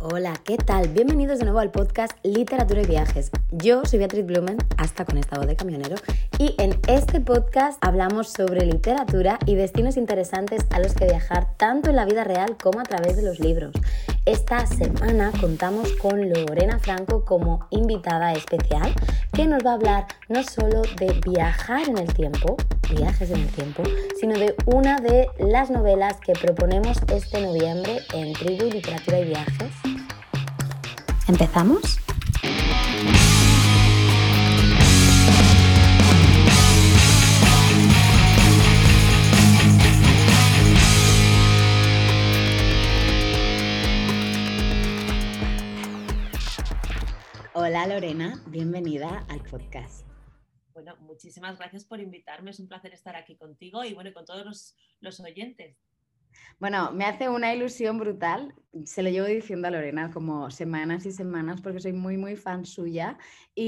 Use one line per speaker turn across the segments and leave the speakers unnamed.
Hola, ¿qué tal? Bienvenidos de nuevo al podcast Literatura y Viajes. Yo soy Beatriz Blumen, hasta con esta voz de camionero, y en este podcast hablamos sobre literatura y destinos interesantes a los que viajar tanto en la vida real como a través de los libros. Esta semana contamos con Lorena Franco como invitada especial, que nos va a hablar no solo de viajar en el tiempo, viajes en el tiempo, sino de una de las novelas que proponemos este noviembre en Tribu, Literatura y Viajes. ¿Empezamos? Hola Lorena, bienvenida al podcast.
Bueno, muchísimas gracias por invitarme, es un placer estar aquí contigo y bueno, con todos los oyentes.
Bueno, me hace una ilusión brutal, se lo llevo diciendo a Lorena como semanas y semanas porque soy muy fan suya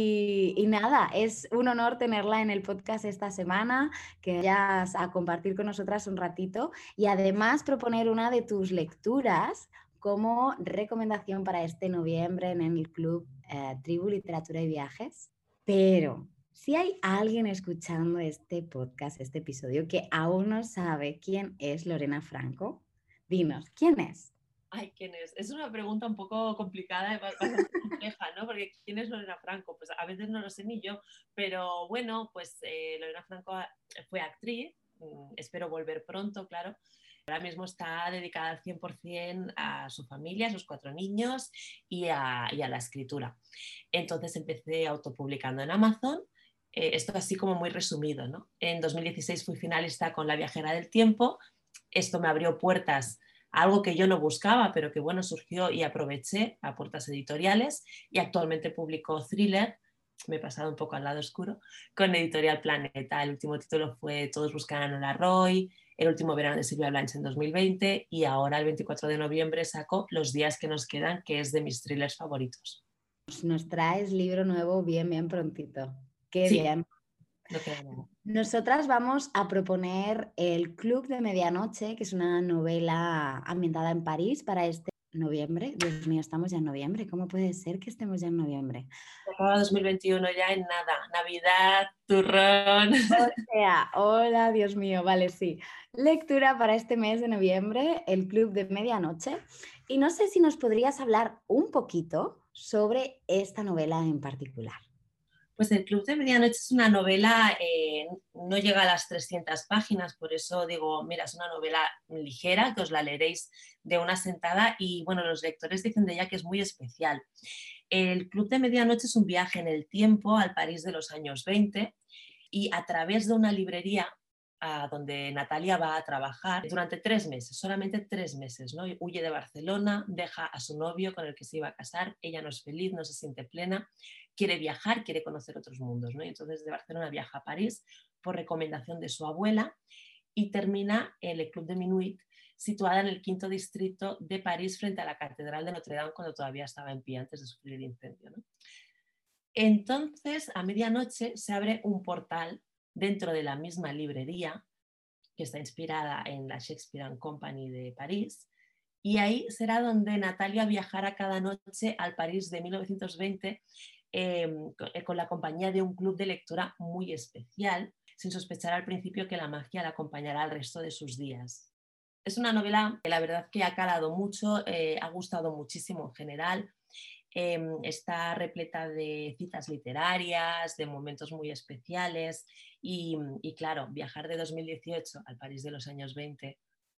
y nada, es un honor tenerla en el podcast esta semana, que vayas a compartir con nosotras un ratito y además proponer una de tus lecturas como recomendación para este noviembre en el Club Tribu, Literatura y Viajes. Pero si hay alguien escuchando este podcast, este episodio, que aún no sabe quién es Lorena Franco, dinos, ¿quién es?
Ay, ¿quién es? Es una pregunta un poco complicada y bastante compleja, ¿no? Porque ¿quién es Lorena Franco? Pues a veces no lo sé ni yo, pero bueno, pues Lorena Franco fue actriz, espero volver pronto, claro. Ahora mismo está dedicada al 100% a su familia, a sus 4 niños y a la escritura. Entonces empecé autopublicando en Amazon. Esto así como muy resumido, ¿no? En 2016 fui finalista con La viajera del tiempo. Esto me abrió puertas a algo que yo no buscaba, pero que bueno, surgió y aproveché a puertas editoriales, y actualmente publico thriller, me he pasado un poco al lado oscuro, con Editorial Planeta. El último título fue Todos buscan a Nola Roy, El último verano de Silvia Blanch en 2020, y ahora el 24 de noviembre saco Los días que nos quedan, que es de mis thrillers favoritos.
Nos traes libro nuevo bien prontito. Qué
Sí,
bien.
no queda nada.
Nosotras vamos a proponer El Club de Medianoche, que es una novela ambientada en París para este noviembre. Dios mío, estamos ya en noviembre. ¿Cómo puede ser que estemos ya en noviembre?
Acaba 2021 ya en nada. Navidad, turrón.
O sea, hola, Dios mío, vale, sí. Lectura para este mes de noviembre, El Club de Medianoche. Y no sé si nos podrías hablar un poquito sobre esta novela en particular.
Pues El Club de Medianoche es una novela, no llega a las 300 páginas, por eso digo, mira, es una novela ligera, que os la leeréis de una sentada, y bueno, los lectores dicen de ella que es muy especial. El Club de Medianoche es un viaje en el tiempo al París de los años 20, y a través de una librería donde Natalia va a trabajar durante 3 meses, solamente 3 meses, ¿no? Huye de Barcelona, deja a su novio con el que se iba a casar, ella no es feliz, no se siente plena, quiere viajar, quiere conocer otros mundos, ¿no? Y entonces de Barcelona viaja a París por recomendación de su abuela y termina en el Club de Minuit, situada en el 5º distrito de París, frente a la Catedral de Notre Dame, cuando todavía estaba en pie antes de sufrir el incendio, ¿no? Entonces, a medianoche se abre un portal dentro de la misma librería, que está inspirada en la Shakespeare and Company de París, y ahí será donde Natalia viajará cada noche al París de 1920 con la compañía de un club de lectura muy especial, sin sospechar al principio que la magia la acompañará el resto de sus días. Es una novela que la verdad que ha calado mucho, ha gustado muchísimo en general. Está repleta de citas literarias, de momentos muy especiales y claro, viajar de 2018 al París de los años 20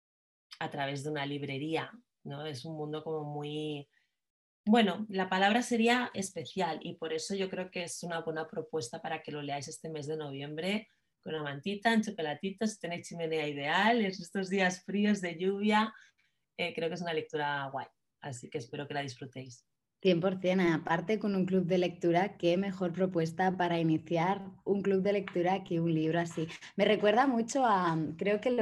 a través de una librería, ¿no? Es un mundo como muy... Bueno, la palabra sería especial, y por eso yo creo que es una buena propuesta para que lo leáis este mes de noviembre con una mantita, en chocolatitos, si tenéis chimenea ideal, en estos días fríos de lluvia. Creo que es una lectura guay, así que espero que la disfrutéis.
100%, aparte con un club de lectura, qué mejor propuesta para iniciar un club de lectura que un libro así. Me recuerda mucho a, creo que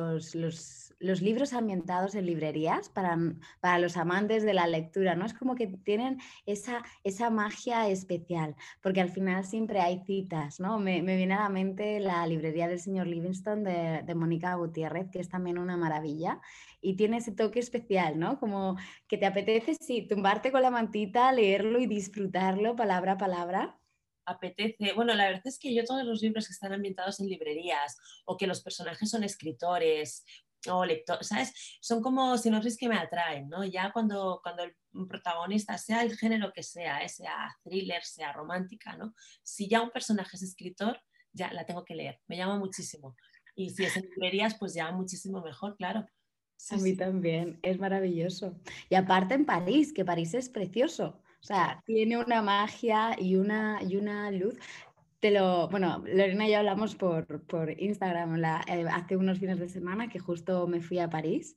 los libros ambientados en librerías para los amantes de la lectura, ¿no? Es como que tienen esa magia especial, porque al final siempre hay citas, ¿no? Me viene a la mente la librería del señor Livingston de Mónica Gutiérrez, que es también una maravilla, y tiene ese toque especial, ¿no? Como que te apetece, sí, tumbarte con la mantita, leerlo y disfrutarlo palabra a palabra.
Apetece. Bueno, la verdad es que yo todos los libros que están ambientados en librerías o que los personajes son escritores o lectores, ¿sabes? Son como sinopsis que me atraen, ¿no? Ya cuando el protagonista, sea el género que sea, sea thriller, sea romántica, ¿no? Si ya un personaje es escritor, ya la tengo que leer, me llama muchísimo. Y si es en librerías, pues ya muchísimo mejor, claro.
A
Sí,
mí
sí,
también, es maravilloso. Y aparte en París, que París es precioso. O
claro.
sea, tiene una magia y una luz. Bueno, Lorena y yo hablamos por Instagram hace unos fines de semana que justo me fui a París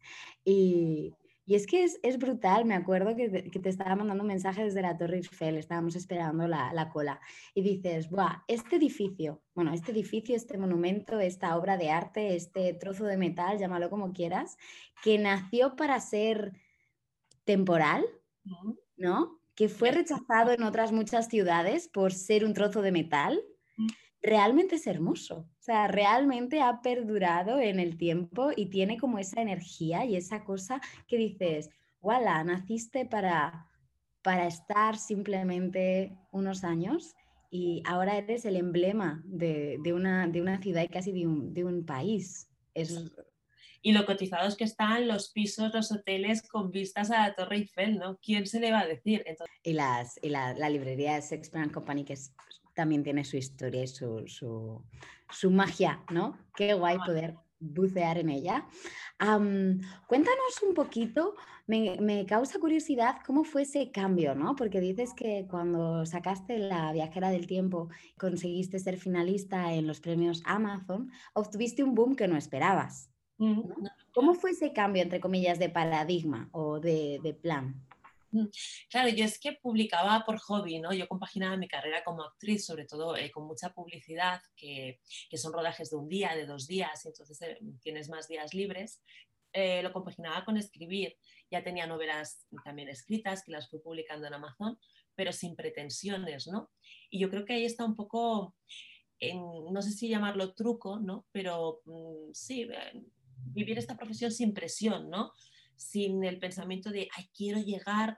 y es que es brutal. Me acuerdo que te estaba mandando un mensaje desde la Torre Eiffel, estábamos esperando la cola y dices, ¡buah! Este edificio, este monumento, esta obra de arte, este trozo de metal, llámalo como quieras, que nació para ser temporal,
Ujú.
¿no? Que
Y
fue
así,
rechazado en otras muchas ciudades por ser un trozo de metal realmente es hermoso. O sea, realmente ha perdurado en el tiempo y tiene como esa energía y esa cosa que dices, voilà, naciste para estar simplemente unos años y ahora eres el emblema de una ciudad y casi de un país.
eso.
Es,
Y lo cotizados que están los pisos, los hoteles con vistas a la Torre Eiffel, ¿no? ¿Quién se le va a decir? Entonces,
y la librería de Shakespeare and Company, también tiene su historia y su magia, ¿no? Qué guay poder bucear en ella. Am, Cuéntanos un poquito, me causa curiosidad cómo fue ese cambio, ¿no? Porque dices que cuando sacaste La Viajera del Tiempo, conseguiste ser finalista en los premios Amazon, obtuviste un boom que no esperabas, ¿no?
no,
¿Cómo
claro.
fue ese cambio, entre comillas, de paradigma o de plan?
Mm, Claro, yo es que publicaba por hobby, ¿no? Yo compaginaba mi carrera como actriz, sobre todo con mucha publicidad, que son rodajes de un día, de 2 días, y entonces tienes más días libres. Lo compaginaba con escribir. Ya tenía novelas también escritas que las fui publicando en Amazon, pero sin pretensiones, ¿no? Y yo creo que ahí está un poco, no sé si llamarlo truco, ¿no? Pero sí, vivir esta profesión sin presión, ¿no? Sin el pensamiento de, ay, quiero llegar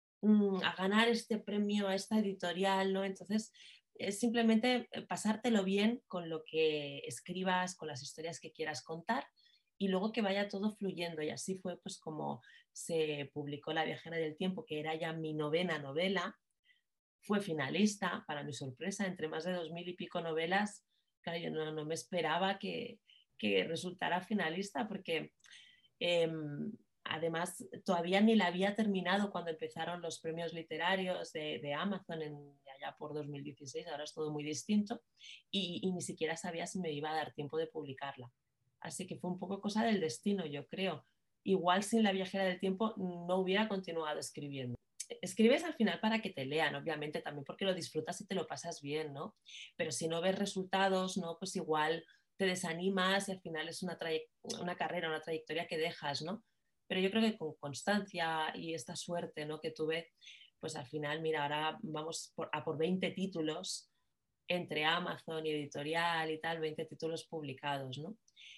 a ganar este premio, a esta editorial, ¿no? Entonces, es simplemente pasártelo bien con lo que escribas, con las historias que quieras contar y luego que vaya todo fluyendo. Y así fue pues como se publicó La Viajera del Tiempo, que era ya mi novena novela. Fue finalista, para mi sorpresa, entre más de 2000 y pico novelas. Claro, yo no me esperaba que resultara finalista porque eh, además, todavía ni la había terminado cuando empezaron los premios literarios de Amazon allá por 2016, ahora es todo muy distinto, y ni siquiera sabía si me iba a dar tiempo de publicarla. Así que fue un poco cosa del destino, yo creo. Igual sin La Viajera del Tiempo no hubiera continuado escribiendo. Escribes al final para que te lean, obviamente, también porque lo disfrutas y te lo pasas bien, ¿no? Pero si no ves resultados, ¿no? Pues igual te desanimas y al final es una carrera, una trayectoria que dejas, ¿no? Pero yo creo que con constancia y esta suerte, ¿no? Que tuve, pues al final, mira, ahora vamos a por 20 títulos entre Amazon y editorial y tal, 20 títulos publicados, ¿no?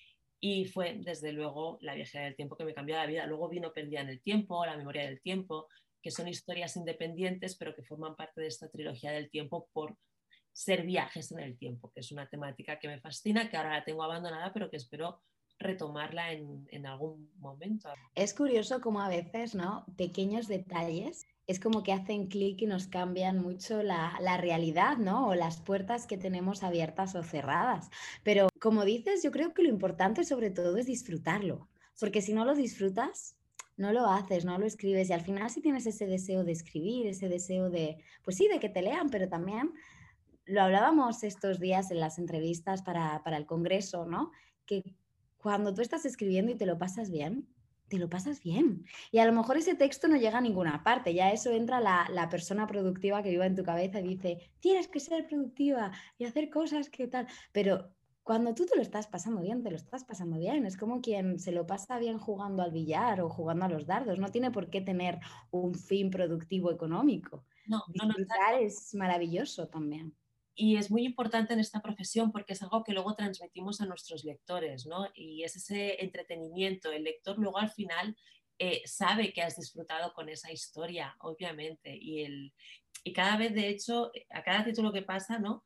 Y fue, desde luego, La Viajera del Tiempo que me cambió la vida. Luego vino Perdida en el Tiempo, La Memoria del Tiempo, que son historias independientes, pero que forman parte de esta trilogía del tiempo por ser viajes en el tiempo, que es una temática que me fascina, que ahora la tengo abandonada, pero que espero retomarla en algún momento.
Es curioso cómo a veces, ¿no? Pequeños detalles es como que hacen clic y nos cambian mucho la realidad, ¿no? O las puertas que tenemos abiertas o cerradas. Pero como dices, yo creo que lo importante sobre todo es disfrutarlo,
Sí,
porque si no lo disfrutas, no lo haces, no lo escribes y al final si tienes ese deseo de escribir, ese deseo de, pues sí, de que te lean, pero también lo hablábamos estos días en las entrevistas para el Congreso, ¿no? Que cuando tú estás escribiendo y te lo pasas bien, te lo pasas bien. Y a lo mejor ese texto no llega a ninguna parte, ya eso entra la persona productiva que viva en tu cabeza y dice, tienes que ser productiva y hacer cosas que tal, pero cuando tú te lo estás pasando bien, te lo estás pasando bien. Es como quien se lo pasa bien jugando al billar o jugando a los dardos. No tiene por qué tener un fin productivo económico.
No, no, no,
Disfrutar es maravilloso también.
y es muy importante en esta profesión porque es algo que luego transmitimos a nuestros lectores, ¿no? Y es ese entretenimiento. El lector luego al final sabe que has disfrutado con esa historia, obviamente, y cada vez, de hecho, a cada título que pasa, ¿no?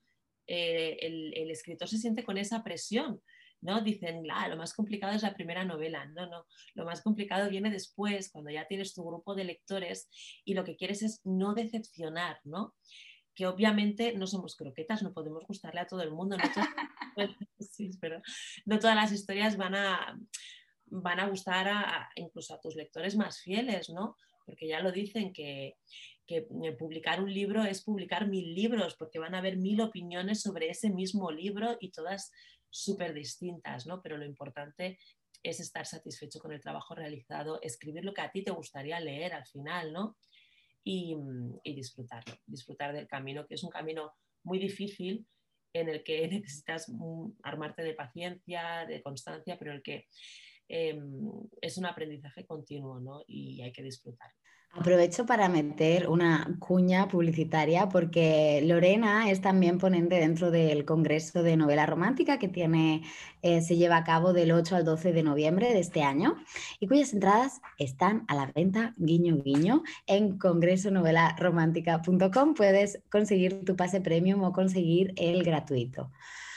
El escritor se siente con esa presión, ¿no? Dicen, lo más complicado es la primera novela. No, no, lo más complicado viene después, cuando ya tienes tu grupo de lectores y lo que quieres es no decepcionar, ¿no? Que obviamente no somos croquetas, no podemos gustarle a todo el mundo, no todas, sí, pero no todas las historias van a gustar incluso a tus lectores más fieles, ¿no? Porque ya lo dicen que publicar un libro es publicar 1000 libros, porque van a haber 1000 opiniones sobre ese mismo libro y todas súper distintas, ¿no? Pero lo importante es estar satisfecho con el trabajo realizado, escribir lo que a ti te gustaría leer al final, ¿no? Y disfrutarlo, disfrutar del camino, que es un camino muy difícil en el que necesitas armarte de paciencia, de constancia, pero en el que es un aprendizaje continuo, ¿no? Y hay que disfrutarlo.
Aprovecho para meter una cuña publicitaria porque Lorena es también ponente dentro del Congreso de Novela Romántica que se lleva a cabo del 8 al 12 de noviembre de este año y cuyas entradas están a la venta, guiño, guiño, en congresonovelaromántica.com. Puedes conseguir tu pase premium o conseguir el gratuito.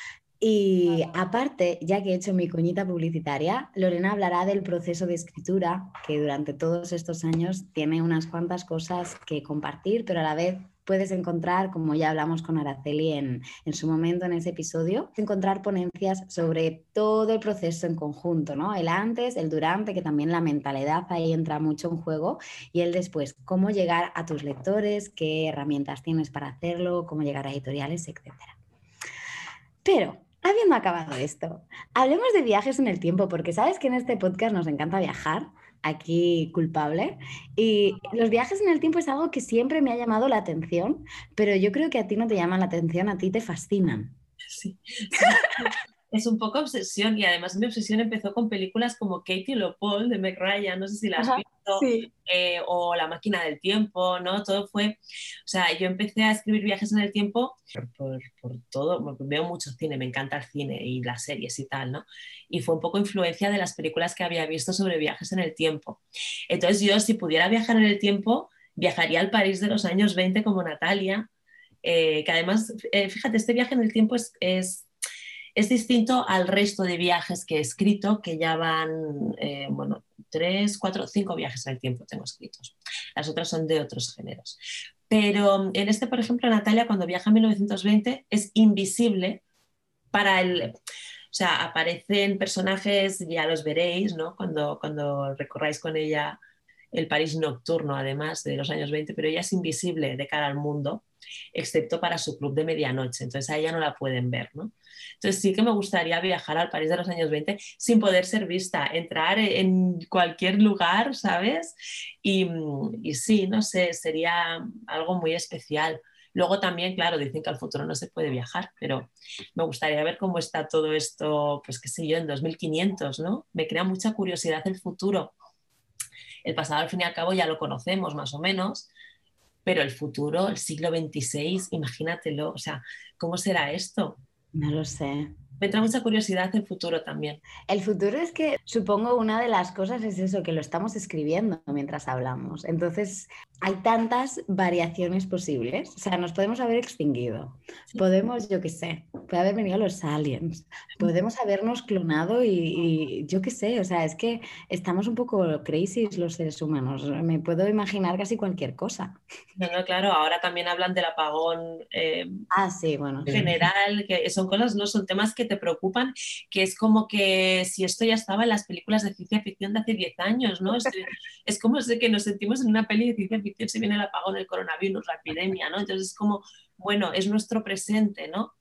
Y aparte, ya que he hecho mi cuñita publicitaria, Lorena hablará del proceso de escritura, que durante todos estos años tiene unas cuantas cosas que compartir, pero a la vez puedes encontrar, como ya hablamos con Araceli en su momento en ese episodio, encontrar ponencias sobre todo el proceso en conjunto, ¿no? El antes, el durante, que también la mentalidad ahí entra mucho en juego, y el después, cómo llegar a tus lectores, qué herramientas tienes para hacerlo, cómo llegar a editoriales, etcétera. Pero, habiendo acabado esto, hablemos de viajes en el tiempo, porque sabes que en este podcast nos encanta viajar, aquí culpable, y los viajes en el tiempo es algo que siempre me ha llamado la atención, pero yo creo que a ti no te llaman la atención, a ti te fascinan.
Sí, sí. Es un poco obsesión y además mi obsesión empezó con películas como Katie Leopold de Meg Ryan, no sé si la has
Ajá,
visto,
sí.
o La máquina del tiempo, ¿no? Todo fue, o sea, yo empecé a escribir viajes en el tiempo por todo, porque veo mucho cine, me encanta el cine y las series y tal, ¿no? Y fue un poco influencia de las películas que había visto sobre viajes en el tiempo. Entonces yo, si pudiera viajar en el tiempo, viajaría al París de los años 20 como Natalia, que además, fíjate, este viaje en el tiempo es distinto al resto de viajes que he escrito, que ya van, bueno, 3, 4, 5 viajes en el tiempo tengo escritos. Las otras son de otros géneros. Pero en este, por ejemplo, Natalia, cuando viaja en 1920, es invisible para el... O sea, aparecen personajes, ya los veréis, ¿no? Cuando recorráis con ella el París nocturno, además de los años 20, pero ella es invisible de cara al mundo, excepto para su club de medianoche. Entonces a ella no la pueden ver, ¿no? Entonces sí que me gustaría viajar al París de los años 20 sin poder ser vista, entrar en cualquier lugar, ¿sabes? Y sí, no sé, sería algo muy especial. Luego también, claro, dicen que al futuro no se puede viajar, pero me gustaría ver cómo está todo esto, pues qué sé yo, en 2500, ¿no? Me crea mucha curiosidad el futuro. El pasado, al fin y al cabo, ya lo conocemos más o menos, pero el futuro, el siglo XXVI, imagínatelo, o sea, ¿cómo será esto?
No lo sé.
Me trae mucha curiosidad el futuro también.
El futuro es que supongo una de las cosas es eso, que lo estamos escribiendo mientras hablamos. Entonces, hay tantas variaciones posibles. O sea, nos podemos haber extinguido.
Sí.
Podemos, yo qué sé, puede haber venido los aliens. Podemos habernos clonado y yo qué sé. O sea, es que estamos un poco crazy los seres humanos. Me puedo imaginar casi cualquier cosa.
No, no, claro, ahora también hablan del apagón
Ah, sí, bueno, sí.
general, que son cosas, no son temas que te preocupan, que es como que si esto ya estaba en las películas de ciencia ficción de hace 10 años, ¿no? Es como que nos sentimos en una peli de ciencia ficción si viene el apagón, el coronavirus, la epidemia, ¿no? Entonces es como, bueno, es nuestro presente, ¿no?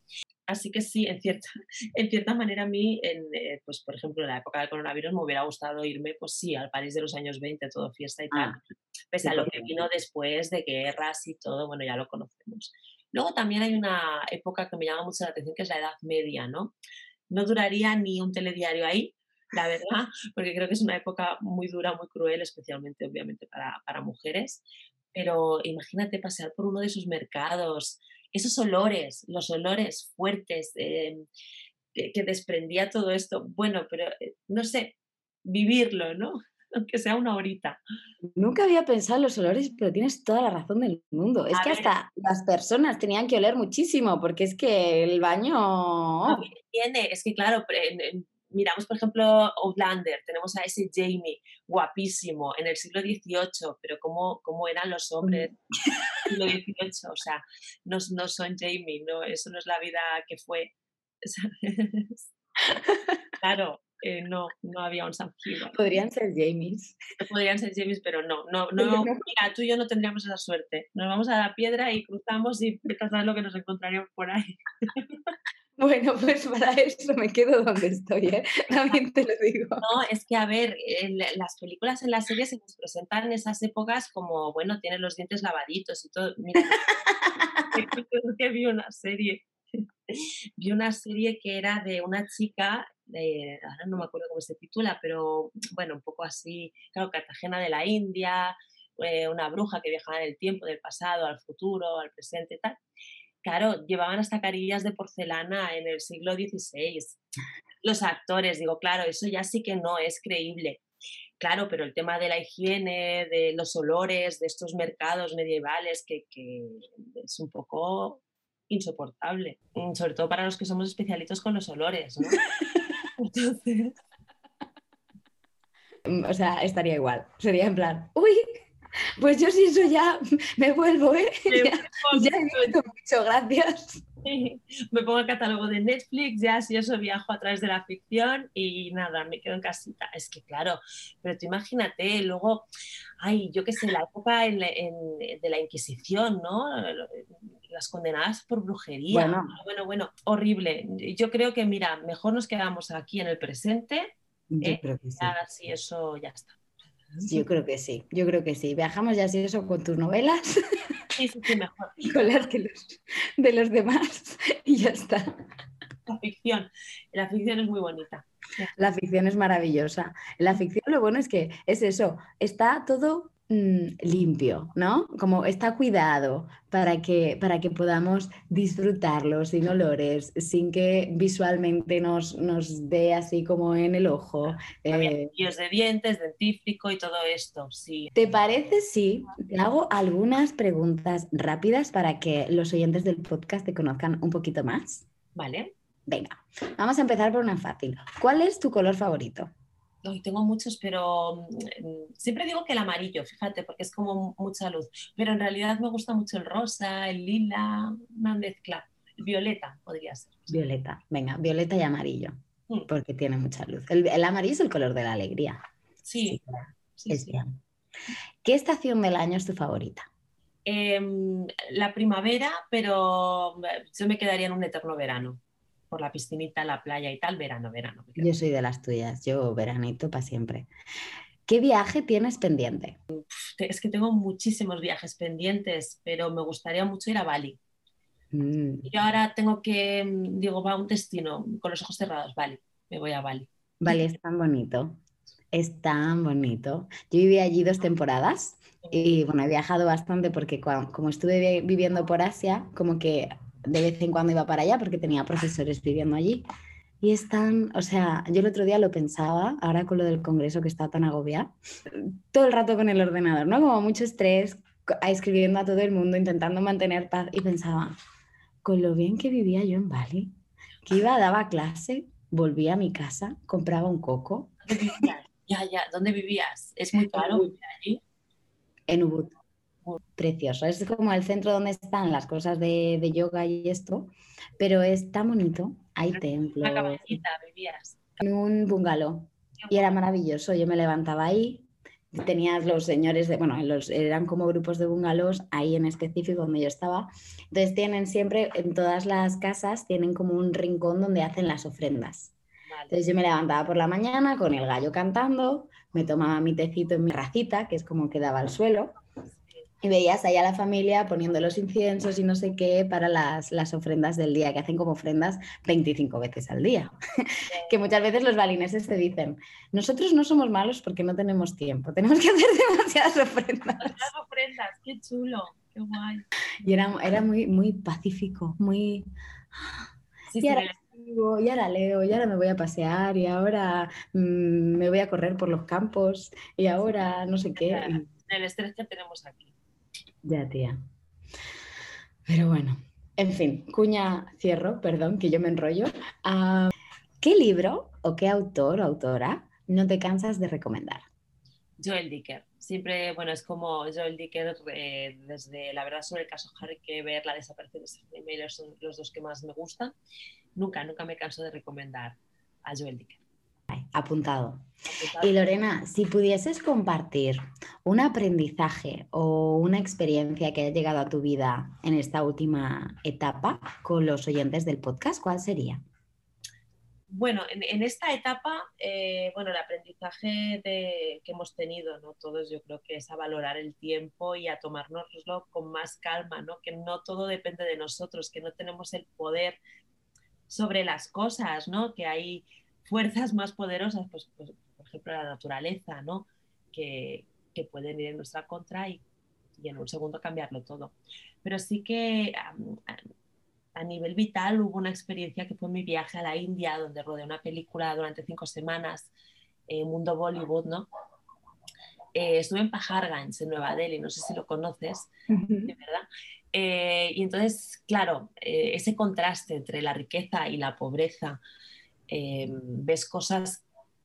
Así que sí, en cierta manera a mí, pues por ejemplo, en la época del coronavirus me hubiera gustado irme, pues sí, al París de los años 20, todo fiesta y tal,
Ah,
pese
sí,
a lo
por
que vino después de guerras y todo, bueno, ya lo conocemos. Luego también hay una época que me llama mucho la atención, que es la Edad Media, ¿no? No duraría ni un telediario ahí, la verdad, porque creo que es una época muy dura, muy cruel, especialmente, obviamente, para mujeres. Pero imagínate pasear por uno de esos mercados, esos olores, los olores fuertes que desprendía todo esto. Bueno, pero no sé, vivirlo, ¿no? Aunque sea una horita.
Nunca había pensado en los olores, pero tienes toda la razón del mundo. Es
A
que
ver,
hasta las personas tenían que oler muchísimo, porque es que el
no
baño
tiene, es que claro, miramos por ejemplo Outlander, tenemos a ese Jamie, guapísimo, en el siglo XVIII, pero cómo eran los hombres
mm,
siglo XVIII, o sea, no son Jamie, no, eso no es la vida que fue, ¿sabes? Claro, no había un Sam Hewitt.
podrían ser Jamies.
No podrían ser Jamies, pero no, mira, tú y yo no tendríamos esa suerte. Nos vamos a la piedra y cruzamos y vete a saber lo que nos encontraríamos por ahí.
Bueno, pues para eso me quedo donde estoy, ¿eh? También te lo digo.
No, es que a ver, en las películas, en las series se nos presentan esas épocas como, bueno, tienen los dientes lavaditos y todo. Mira, que vi una serie. Vi una serie que era de una chica, ahora no me acuerdo cómo se titula, pero bueno, un poco así, claro, Cartagena de la India, una bruja que viajaba en el tiempo, del pasado al futuro, al presente y tal. Claro, llevaban hasta carillas de porcelana en el siglo XVI. Los actores, digo, claro, eso ya sí que no es creíble. Claro, pero el tema de la higiene, de los olores, de estos mercados medievales, que es un poco insoportable, sobre todo para los que somos especialitos con los olores, ¿no? Entonces,
O sea, estaría igual. Sería en plan, uy, pues yo sí eso ya me vuelvo, ¿eh?
me
Ya,
vuelvo a
ya
mis
he visto mucho, gracias.
me pongo el catálogo de Netflix, ya si eso viajo a través de la ficción y nada, me quedo en casita. Es que claro, pero tú imagínate, luego, ay, yo qué sé, la época de la Inquisición, ¿no? Las condenadas por brujería.
Bueno,
Bueno, horrible. Yo creo que, mira, mejor nos quedamos aquí en el presente,
yo
¿eh?
creo que
Ya
sí.
así eso ya está.
Yo creo que sí, yo creo que sí. Viajamos ya así eso con tus novelas
Sí, sí, sí, mejor.
y con las que de los demás y ya está.
La ficción es muy bonita.
La ficción es maravillosa. En la ficción lo bueno es que es eso, está todo limpio, ¿no? Como está cuidado para que podamos disfrutarlo sin olores, sin que visualmente nos dé así como en el ojo.
Había
Eh,
cepillos de dientes, dentífrico y todo esto, sí.
¿Te parece si te hago algunas preguntas rápidas para que los oyentes del podcast te conozcan un poquito más?
¿Vale?
Venga, vamos a empezar por una fácil. ¿Cuál es tu color favorito?
Hoy tengo muchos, pero siempre digo que el amarillo, fíjate, porque es como mucha luz. Pero en realidad me gusta mucho el rosa, el lila, una mezcla. El violeta podría ser.
Violeta. Venga, violeta y amarillo,
Mm,
porque tiene mucha luz. El amarillo es el color de la alegría. Sí,
sí, sí,
es
sí.
bien. ¿Qué estación del año es tu favorita?
La primavera, pero yo me quedaría en un eterno verano. Por la piscinita, la playa y tal, verano, verano. Me quedo.
Yo soy de las tuyas, yo veranito para siempre. ¿Qué viaje tienes pendiente?
Es que tengo muchísimos viajes pendientes, pero me gustaría mucho ir a Bali.
Mm,
Y yo ahora tengo que, digo, va a un destino con los ojos cerrados, vale, me voy a Bali.
Bali es tan bonito, es tan bonito. Yo viví allí 2 temporadas y bueno, he viajado bastante porque como estuve viviendo por Asia, como que de vez en cuando iba para allá porque tenía profesores viviendo allí. Y es tan, o sea, yo el otro día lo pensaba, ahora con lo del congreso que está tan agobiada, todo el rato con el ordenador, ¿no? Como mucho estrés, escribiendo a todo el mundo, intentando mantener paz y pensaba, con lo bien que vivía yo en Bali, que iba, daba clase, volvía a mi casa, compraba un coco
¿Dónde vivías? Ya, ¿dónde vivías? ¿Es muy
en
caro
Ubud,
vivir allí?
en Ubud. Precioso, es como el centro donde están las cosas de yoga y esto, pero es tan bonito, hay
Una
templos,
cabañita vivías.
en un bungalow
Qué
y era
guay.
maravilloso. Yo me levantaba ahí, tenías los señores eran como grupos de bungalows ahí en específico donde yo estaba. Entonces tienen siempre, en todas las casas, tienen como un rincón donde hacen las ofrendas.
Vale.
Entonces yo me levantaba por la mañana con el gallo cantando, me tomaba mi tecito en mi racita, que es como quedaba al suelo, y veías ahí a la familia poniendo los inciensos y no sé qué para las ofrendas del día, que hacen como ofrendas 25 veces al día. Que muchas veces los balineses te dicen, nosotros no somos malos porque no tenemos tiempo, tenemos que hacer demasiadas ofrendas.
Demasiadas ofrendas, qué chulo, qué guay.
Y era muy, muy pacífico, muy...
Sí,
y, ahora escribo, y ahora leo, y ahora me voy a pasear, y ahora me voy a correr por los campos, y ahora no sé qué. Y...
el estrés que tenemos aquí.
Ya, tía. Pero bueno, en fin, cuña cierro, perdón, que yo me enrollo. ¿Qué libro o qué autor o autora no te cansas de recomendar?
Joel Dicker. Siempre, bueno, es como Joel Dicker, desde La verdad sobre el caso Harry Kéber, La desaparición de Stephanie Meyer, son los dos que más me gustan. Nunca me canso de recomendar a Joel Dicker.
Apuntado. Y Lorena, si pudieses compartir un aprendizaje o una experiencia que haya llegado a tu vida en esta última etapa con los oyentes del podcast, ¿cuál sería?
Bueno, en esta etapa, el aprendizaje que hemos tenido, ¿no? Todos, yo creo que es a valorar el tiempo y a tomárnoslo con más calma, ¿no? Que no todo depende de nosotros, que no tenemos el poder sobre las cosas, ¿no? Que hay fuerzas más poderosas, pues por ejemplo la naturaleza, ¿no? Que pueden ir en nuestra contra y en un segundo cambiarlo todo. Pero sí que a nivel vital hubo una experiencia que fue mi viaje a la India, donde rodé una película durante 5 semanas, Mundo Bollywood, ¿no? Estuve en Paharganj, en Nueva Delhi, no sé si lo conoces, de verdad. Y entonces, claro, ese contraste entre la riqueza y la pobreza, ves cosas,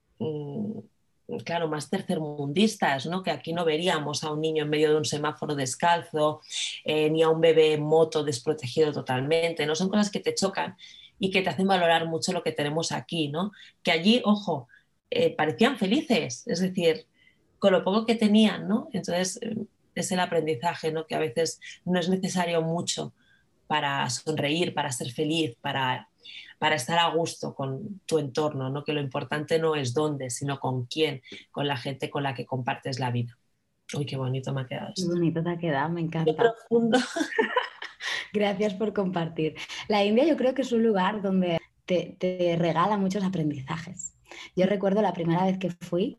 claro, más tercermundistas, ¿no? Que aquí no veríamos a un niño en medio de un semáforo descalzo, ni a un bebé en moto desprotegido totalmente, ¿no? Son cosas que te chocan y que te hacen valorar mucho lo que tenemos aquí, ¿no? Que allí, ojo, parecían felices, es decir, con lo poco que tenían, ¿no? Entonces, es el aprendizaje, ¿no? Que a veces no es necesario mucho para sonreír, para ser feliz, para estar a gusto con tu entorno, ¿no? Que lo importante no es dónde, sino con quién, con la gente con la que compartes la vida. Uy, qué bonito me ha quedado
Qué
esto.
bonito te ha quedado, me
Qué
encanta.
profundo.
Gracias por compartir. La India yo creo que es un lugar donde te regala muchos aprendizajes. Yo recuerdo la primera vez que fui,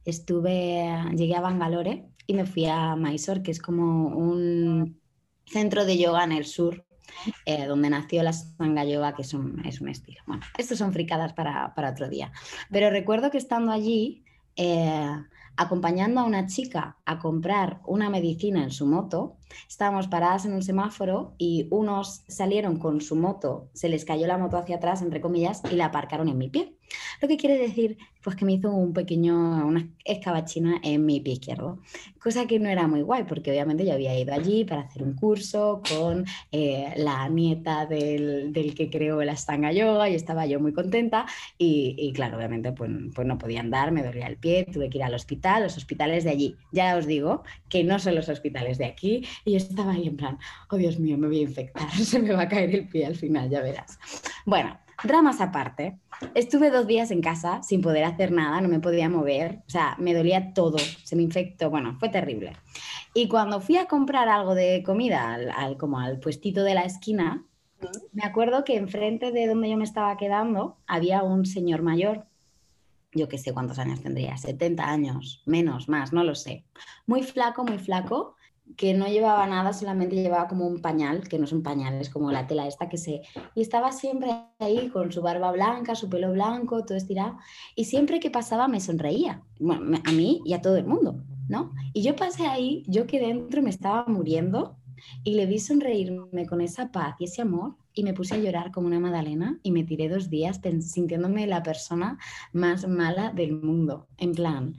llegué a Bangalore y me fui a Mysore, que es como un centro de yoga en el sur, donde nació la Sangha Yoga, que es un estilo. Bueno, estos son fricadas para otro día. Pero recuerdo que estando allí, acompañando a una chica a comprar una medicina en su moto, estábamos paradas en un semáforo y unos salieron con su moto, se les cayó la moto hacia atrás, entre comillas, y la aparcaron en mi pie. Lo que quiere decir, pues que me hizo una escabachina en mi pie izquierdo, cosa que no era muy guay, porque obviamente yo había ido allí para hacer un curso con la nieta del que creó la Ashtanga Yoga y estaba yo muy contenta y claro, obviamente pues no podía andar, me dolía el pie, tuve que ir al hospital, los hospitales de allí, ya os digo que no son los hospitales de aquí y yo estaba ahí en plan, oh Dios mío, me voy a infectar, se me va a caer el pie al final, ya verás. Bueno, dramas aparte, estuve 2 días en casa sin poder hacer nada, no me podía mover, o sea, me dolía todo, se me infectó, bueno, fue terrible. Y cuando fui a comprar algo de comida como al puestito de la esquina, me acuerdo que enfrente de donde yo me estaba quedando había un señor mayor, yo qué sé cuántos años tendría, 70 años, menos, más, no lo sé. Muy flaco, que no llevaba nada, solamente llevaba como un pañal, que no es un pañal, es como la tela esta que se... Y estaba siempre ahí con su barba blanca, su pelo blanco, todo estirado, y siempre que pasaba me sonreía, bueno, a mí y a todo el mundo, ¿no? Y yo pasé ahí, yo que dentro me estaba muriendo, y le vi sonreírme con esa paz y ese amor, y me puse a llorar como una magdalena, y me tiré 2 días sintiéndome la persona más mala del mundo, en plan,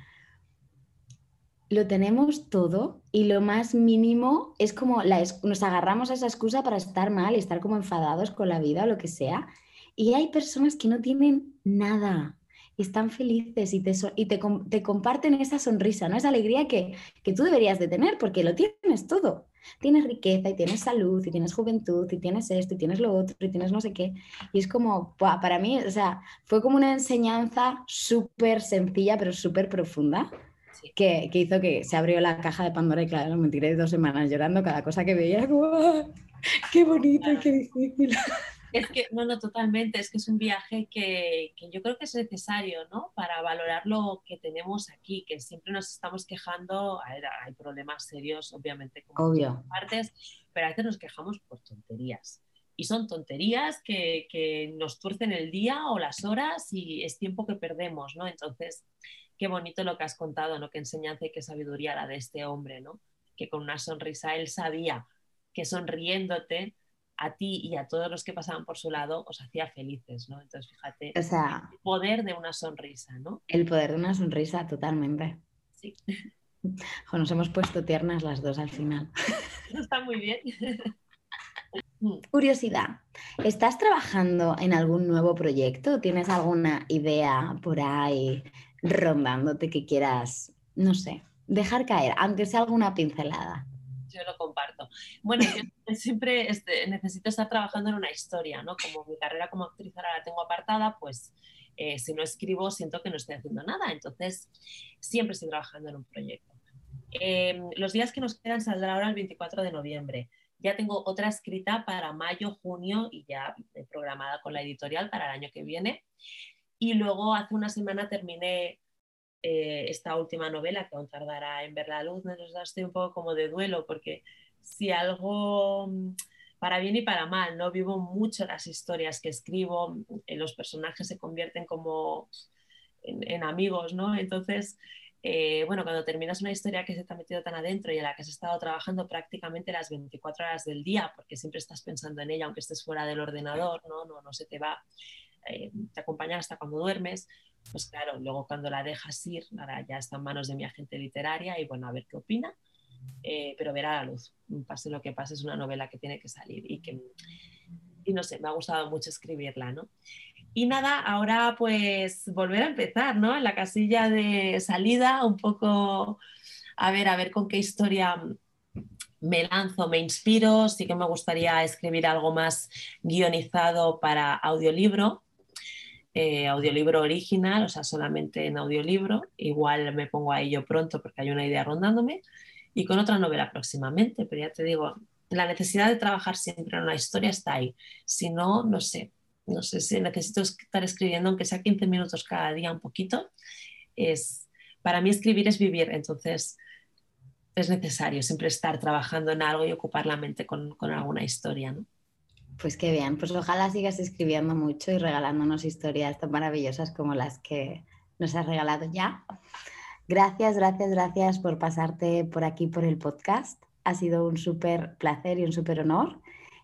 lo tenemos todo y lo más mínimo es como nos agarramos a esa excusa para estar mal y estar como enfadados con la vida o lo que sea. Y hay personas que no tienen nada y están felices y te comparten esa sonrisa, ¿no? Esa alegría que tú deberías de tener porque lo tienes todo. Tienes riqueza y tienes salud y tienes juventud y tienes esto y tienes lo otro y tienes no sé qué. Y es como, para mí, o sea, fue como una enseñanza súper sencilla pero súper profunda.
Sí.
Que hizo que se abrió la caja de Pandora y claro, me tiré 2 semanas llorando cada cosa que veía, como, ¡ah, qué bonito
Claro.
y qué difícil!
Es que, no, totalmente, es que es un viaje que yo creo que es necesario, ¿no? Para valorar lo que tenemos aquí, que siempre nos estamos quejando, a ver, hay problemas serios, obviamente, como en
Obvio.
todas partes, pero a veces nos quejamos por tonterías. Y son tonterías que nos tuercen el día o las horas y es tiempo que perdemos, ¿no? Entonces, qué bonito lo que has contado, ¿no? Qué enseñanza y qué sabiduría la de este hombre, ¿no? Que con una sonrisa él sabía que sonriéndote a ti y a todos los que pasaban por su lado os hacía felices, ¿no? Entonces, fíjate,
O sea,
el poder de una sonrisa, ¿no?
el poder de una sonrisa, totalmente.
Sí,
Jo, nos hemos puesto tiernas las dos al final.
eso está muy bien.
Curiosidad, ¿estás trabajando en algún nuevo proyecto? ¿Tienes alguna idea por ahí rondándote que quieras, no sé, dejar caer, aunque sea alguna pincelada?
Yo lo comparto. Bueno, yo siempre necesito estar trabajando en una historia, ¿no? Como mi carrera como actriz ahora la tengo apartada, pues si no escribo siento que no estoy haciendo nada. Entonces, siempre estoy trabajando en un proyecto. Los días que nos quedan saldrá ahora el 24 de noviembre. Ya tengo otra escrita para mayo, junio y ya programada con la editorial para el año que viene. Y luego hace una semana terminé esta última novela que aún tardará en ver la luz. Estoy un poco como de duelo porque si algo para bien y para mal, ¿no? Vivo mucho las historias que escribo, los personajes se convierten como en amigos, ¿no? Entonces, bueno, cuando terminas una historia que se te ha metido tan adentro y en la que has estado trabajando prácticamente las 24 horas del día, porque siempre estás pensando en ella, aunque estés fuera del ordenador, no se te va, te acompaña hasta cuando duermes, pues claro, luego cuando la dejas ir, ahora ya está en manos de mi agente literaria y bueno, a ver qué opina, pero verá la luz, pase lo que pase, es una novela que tiene que salir y no sé, me ha gustado mucho escribirla, ¿no? Y nada, ahora pues volver a empezar, ¿no? En la casilla de salida, un poco a ver con qué historia me lanzo, me inspiro. Sí que me gustaría escribir algo más guionizado para audiolibro, audiolibro original, o sea, solamente en audiolibro. Igual me pongo a ello pronto porque hay una idea rondándome. Y con otra novela próximamente, pero ya te digo, la necesidad de trabajar siempre en una historia está ahí. Si no, no sé, no sé si necesito estar escribiendo, aunque sea 15 minutos cada día, un poquito. Para mí escribir es vivir, entonces es necesario siempre estar trabajando en algo y ocupar la mente con alguna historia, ¿no?
Pues qué bien, pues ojalá sigas escribiendo mucho y regalándonos historias tan maravillosas como las que nos has regalado ya. Gracias, gracias, gracias por pasarte por aquí por el podcast. Ha sido un súper placer y un súper honor.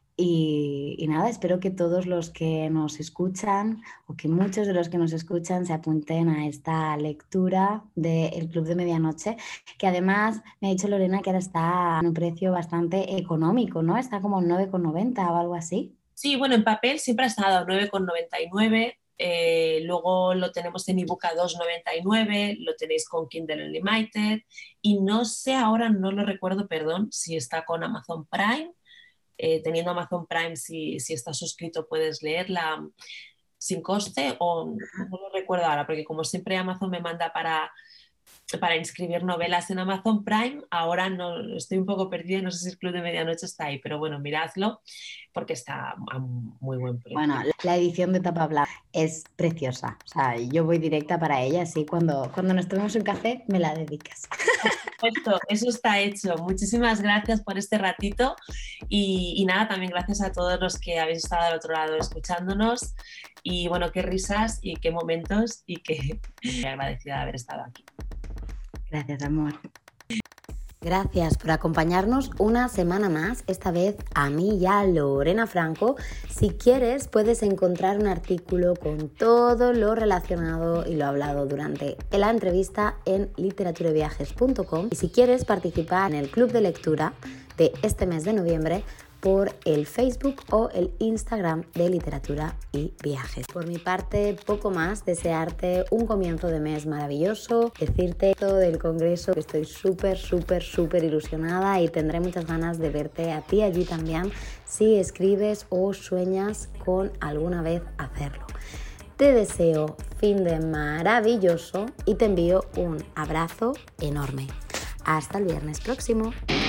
Y nada, espero que todos los que nos escuchan o que muchos de los que nos escuchan se apunten a esta lectura del Club de Medianoche, que además me ha dicho Lorena que ahora está a un precio bastante económico, ¿no? Está como 9,90 o algo así.
Sí, bueno, en papel siempre ha estado a 9,99. Luego lo tenemos en ebook a 2,99, lo tenéis con Kindle Unlimited y no sé ahora, no lo recuerdo, perdón, si está con Amazon Prime. Teniendo Amazon Prime, si estás suscrito puedes leerla sin coste o no lo recuerdo ahora, porque como siempre Amazon me manda para inscribir novelas en Amazon Prime, ahora no estoy un poco perdida, no sé si el Club de Medianoche está ahí, pero bueno, miradlo porque está a muy buen precio.
Bueno, la edición de tapa blanca es preciosa, o sea, yo voy directa para ella, así cuando nos tomemos un café me la dedicas.
Perfecto, eso está hecho. Muchísimas gracias por este ratito y nada, también gracias a todos los que habéis estado al otro lado escuchándonos y bueno, qué risas y qué momentos y qué agradecida de haber estado aquí.
Gracias, amor. Gracias por acompañarnos una semana más, esta vez a mí y a Lorena Franco. Si quieres, puedes encontrar un artículo con todo lo relacionado y lo hablado durante la entrevista en literaturaviajes.com. Y si quieres participar en el club de lectura de este mes de noviembre, por el Facebook o el Instagram de Literatura y Viajes. Por mi parte, poco más, desearte un comienzo de mes maravilloso, decirte todo del congreso que estoy súper ilusionada y tendré muchas ganas de verte a ti allí también si escribes o sueñas con alguna vez hacerlo. Te deseo fin de maravilloso y te envío un abrazo enorme. Hasta el viernes próximo.